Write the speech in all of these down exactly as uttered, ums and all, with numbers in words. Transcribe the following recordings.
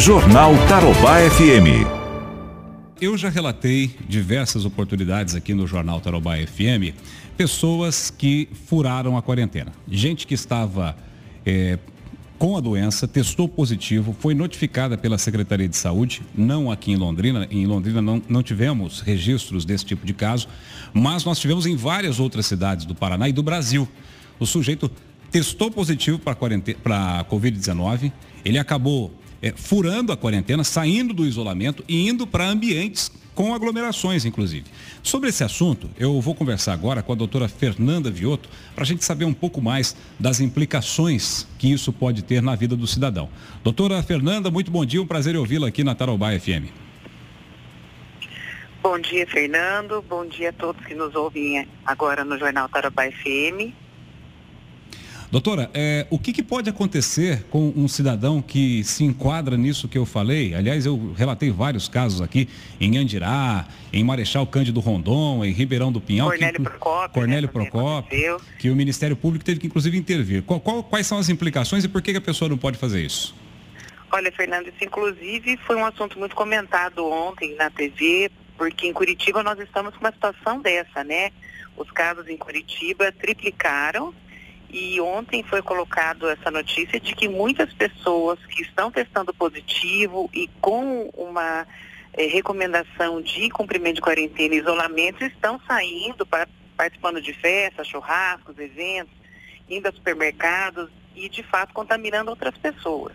Jornal Tarobá F M. Eu já relatei diversas oportunidades aqui no Jornal Tarobá F M, pessoas que furaram a quarentena. Gente que estava é, com a doença, testou positivo, foi notificada pela Secretaria de Saúde, não aqui em Londrina. Em Londrina não, não tivemos registros desse tipo de caso, mas nós tivemos em várias outras cidades do Paraná e do Brasil. O sujeito testou positivo para a covid dezenove, ele acabou É, furando a quarentena, saindo do isolamento e indo para ambientes com aglomerações, inclusive. Sobre esse assunto, eu vou conversar agora com a doutora Fernanda Viotto para a gente saber um pouco mais das implicações que isso pode ter na vida do cidadão. Doutora Fernanda, muito bom dia, um prazer em ouvi-la aqui na Tarobá F M. Bom dia, Fernando, bom dia a todos que nos ouvem agora no Jornal Tarobá F M. Doutora, é, o que, que pode acontecer com um cidadão que se enquadra nisso que eu falei? Aliás, eu relatei vários casos aqui em Andirá, em Marechal Cândido Rondon, em Ribeirão do Pinhal. Cornélio que, Procópio. Cornélio né, Procópio, que o Ministério Público teve que, inclusive, intervir. Qual, qual, quais são as implicações e por que, que a pessoa não pode fazer isso? Olha, Fernando, isso inclusive foi um assunto muito comentado ontem na T V, porque em Curitiba nós estamos com uma situação dessa, né? Os casos em Curitiba triplicaram. E ontem foi colocado essa notícia de que muitas pessoas que estão testando positivo e com uma eh, recomendação de cumprimento de quarentena e isolamento estão saindo, para, participando de festas, churrascos, eventos, indo a supermercados e de fato contaminando outras pessoas.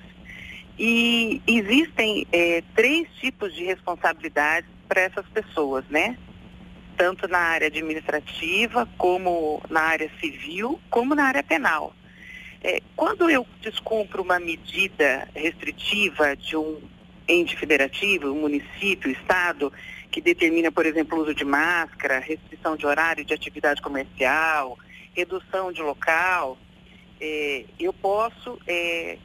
E existem eh, três tipos de responsabilidades para essas pessoas, né? Tanto na área administrativa, como na área civil, como na área penal. É, quando eu descumpro uma medida restritiva de um ente federativo, um município, estado, que determina, por exemplo, o uso de máscara, restrição de horário de atividade comercial, redução de local, é, eu posso é,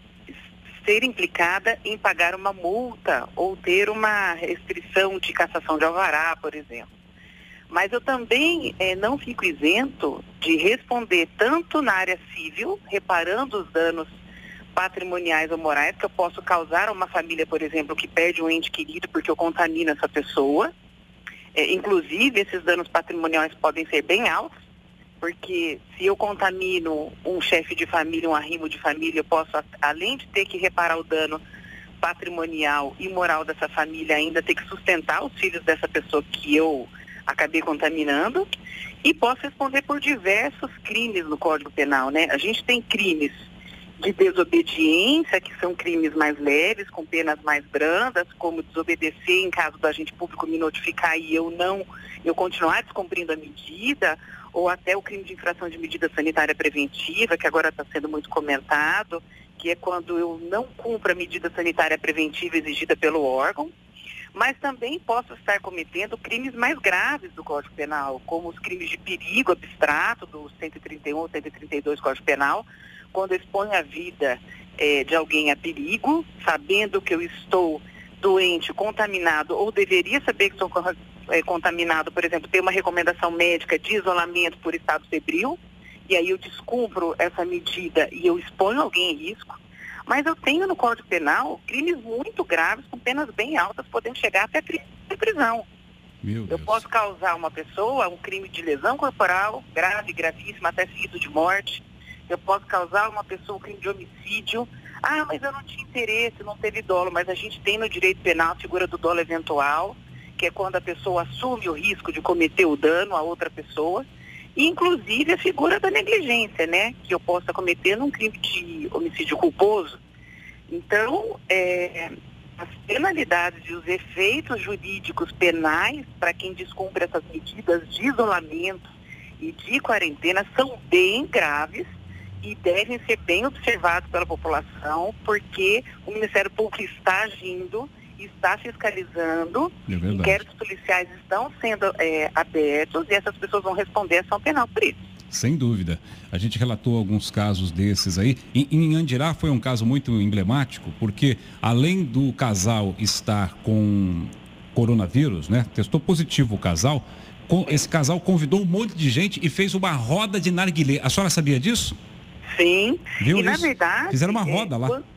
ser implicada em pagar uma multa ou ter uma restrição de cassação de alvará, por exemplo. Mas eu também eh, não fico isento de responder tanto na área civil, reparando os danos patrimoniais ou morais que eu posso causar a uma família, por exemplo, que perde um ente querido porque eu contamino essa pessoa. Eh, inclusive, esses danos patrimoniais podem ser bem altos, porque se eu contamino um chefe de família, um arrimo de família, eu posso, além de ter que reparar o dano patrimonial e moral dessa família, ainda ter que sustentar os filhos dessa pessoa que eu acabei contaminando, e posso responder por diversos crimes no Código Penal, né? A gente tem crimes de desobediência, que são crimes mais leves, com penas mais brandas, como desobedecer em caso do agente público me notificar e eu não, eu continuar descumprindo a medida, ou até o crime de infração de medida sanitária preventiva, que agora está sendo muito comentado, que é quando eu não cumpro a medida sanitária preventiva exigida pelo órgão. Mas também posso estar cometendo crimes mais graves do Código Penal, como os crimes de perigo abstrato do cento e trinta e um ou cento e trinta e dois Código Penal, quando eu exponho a vida eh, de alguém a perigo, sabendo que eu estou doente, contaminado, ou deveria saber que estou eh, contaminado, por exemplo, ter uma recomendação médica de isolamento por estado febril, e aí eu descumpro essa medida e eu exponho alguém em risco. Mas eu tenho no Código Penal crimes muito graves, com penas bem altas, podendo chegar até a prisão. Meu eu Deus. posso causar a uma pessoa um crime de lesão corporal, grave, gravíssimo, até seguido de morte. Eu posso causar a uma pessoa um crime de homicídio. Ah, mas eu não tinha interesse, não teve dolo. Mas a gente tem no direito penal a figura do dolo eventual, que é quando a pessoa assume o risco de cometer o dano a outra pessoa. E, inclusive, a figura da negligência, né? Que eu possa cometer num crime de homicídio culposo. Então, é, as penalidades e os efeitos jurídicos penais para quem descumpre essas medidas de isolamento e de quarentena são bem graves e devem ser bem observados pela população, porque o Ministério Público está agindo, está fiscalizando, é inquéritos policiais estão sendo é, abertos e essas pessoas vão responder a ação penal por isso. Sem dúvida. A gente relatou alguns casos desses aí. Em, em Andirá foi um caso muito emblemático, porque além do casal estar com coronavírus, né? Testou positivo o casal, com, esse casal convidou um monte de gente e fez uma roda de narguilé. A senhora sabia disso? Sim. Viu e isso? na verdade... Fizeram uma roda é, lá. Quando...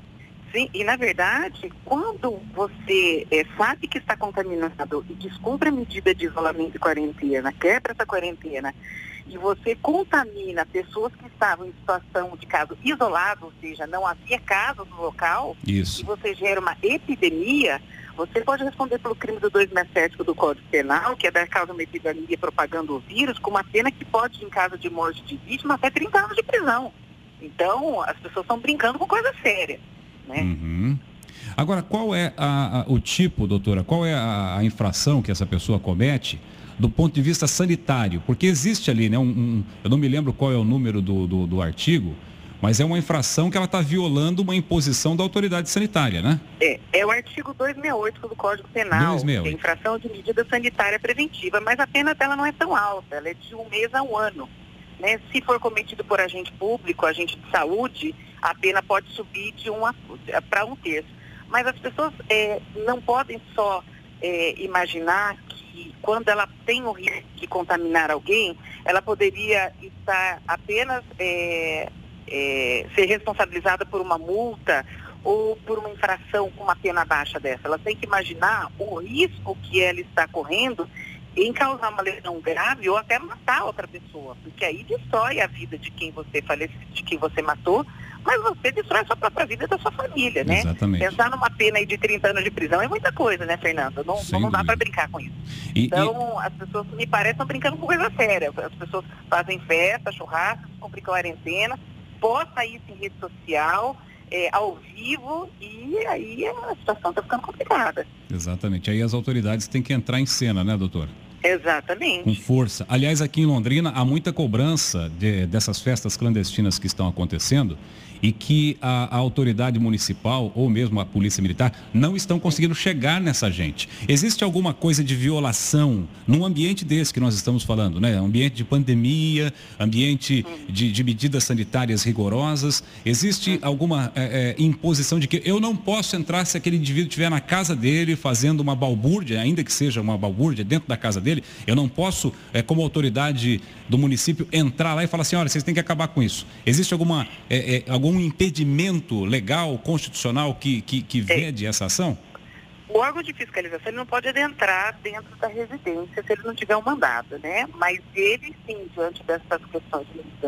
Sim, e na verdade, quando você é, sabe que está contaminado e descumpre a medida de isolamento e quarentena, quebra essa quarentena, e você contamina pessoas que estavam em situação de caso isolado, ou seja, não havia casos no local, Isso. e você gera uma epidemia, você pode responder pelo crime do duzentos e sessenta e sete do Código Penal, que é dar causa a uma epidemia propagando o vírus, com uma pena que pode, em caso de morte de vítima, até trinta anos de prisão. Então, as pessoas estão brincando com coisa séria. Né? Uhum. Agora, qual é a, a, o tipo, doutora, qual é a, a infração que essa pessoa comete do ponto de vista sanitário? Porque existe ali, né, um, um, eu não me lembro qual é o número do, do, do artigo, mas é uma infração que ela está violando uma imposição da autoridade sanitária, né? É, é o artigo duzentos e sessenta e oito do Código Penal, duzentos e sessenta e oito. que é infração de medida sanitária preventiva, mas a pena dela não é tão alta, ela é de um mês a um ano. Né? Se for cometido por agente público, agente de saúde, a pena pode subir de um para um terço. Mas as pessoas é, não podem só é, imaginar que quando ela tem o risco de contaminar alguém, ela poderia estar apenas é, é, ser responsabilizada por uma multa ou por uma infração com uma pena baixa dessa. Ela tem que imaginar o risco que ela está correndo em causar uma lesão grave ou até matar outra pessoa, porque aí destrói a vida de quem você faleceu, de quem você matou, mas você destrói a sua própria vida e da sua família, né? Exatamente. Pensar numa pena aí de trinta anos de prisão é muita coisa, né, Fernando? Não, não dá para brincar com isso. E, então, e... as pessoas, me parecem, estão brincando com coisa séria. As pessoas fazem festa, churrasco, cumprem quarentena, posta isso em rede social, é, ao vivo, e aí a situação está ficando complicada. Exatamente. Aí as autoridades têm que entrar em cena, né, doutor? Exatamente. Com força. Aliás, aqui em Londrina há muita cobrança de, dessas festas clandestinas que estão acontecendo e que a, a autoridade municipal ou mesmo a polícia militar não estão conseguindo chegar nessa gente. Existe alguma coisa de violação num ambiente desse que nós estamos falando, né? Ambiente de pandemia, ambiente de, de medidas sanitárias rigorosas. Existe alguma é, é, imposição de que eu não posso entrar se aquele indivíduo estiver na casa dele fazendo uma balbúrdia, ainda que seja uma balbúrdia dentro da casa dele, eu não posso, é, como autoridade do município, entrar lá e falar assim, olha, vocês têm que acabar com isso. Existe alguma, é, é, algum impedimento legal, constitucional que, que, que vede essa ação? O órgão de fiscalização ele não pode adentrar dentro da residência se ele não tiver um mandado, né? Mas ele, sim, diante dessas questões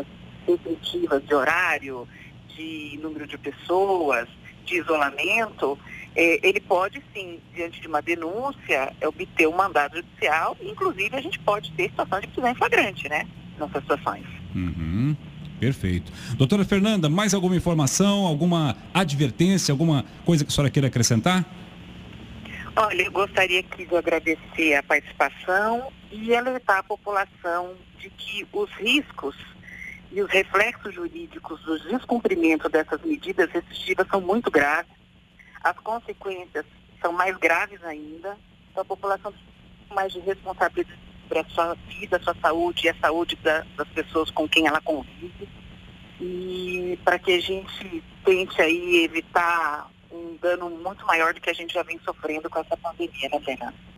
restritivas de horário, de número de pessoas, de isolamento, eh, ele pode, sim, diante de uma denúncia, obter um mandado judicial. Inclusive, a gente pode ter situação de prisão em flagrante, né? Nessas situações. Uhum. Perfeito. Doutora Fernanda, mais alguma informação, alguma advertência, alguma coisa que a senhora queira acrescentar? Olha, eu gostaria aqui de agradecer a participação e alertar a população de que os riscos e os reflexos jurídicos do descumprimento dessas medidas restritivas são muito graves. As consequências são mais graves ainda. Então, a população tem mais de responsabilidade sobre a sua vida, a sua saúde e a saúde da, das pessoas com quem ela convive. E para que a gente tente aí evitar um dano muito maior do que a gente já vem sofrendo com essa pandemia, né, Fernanda?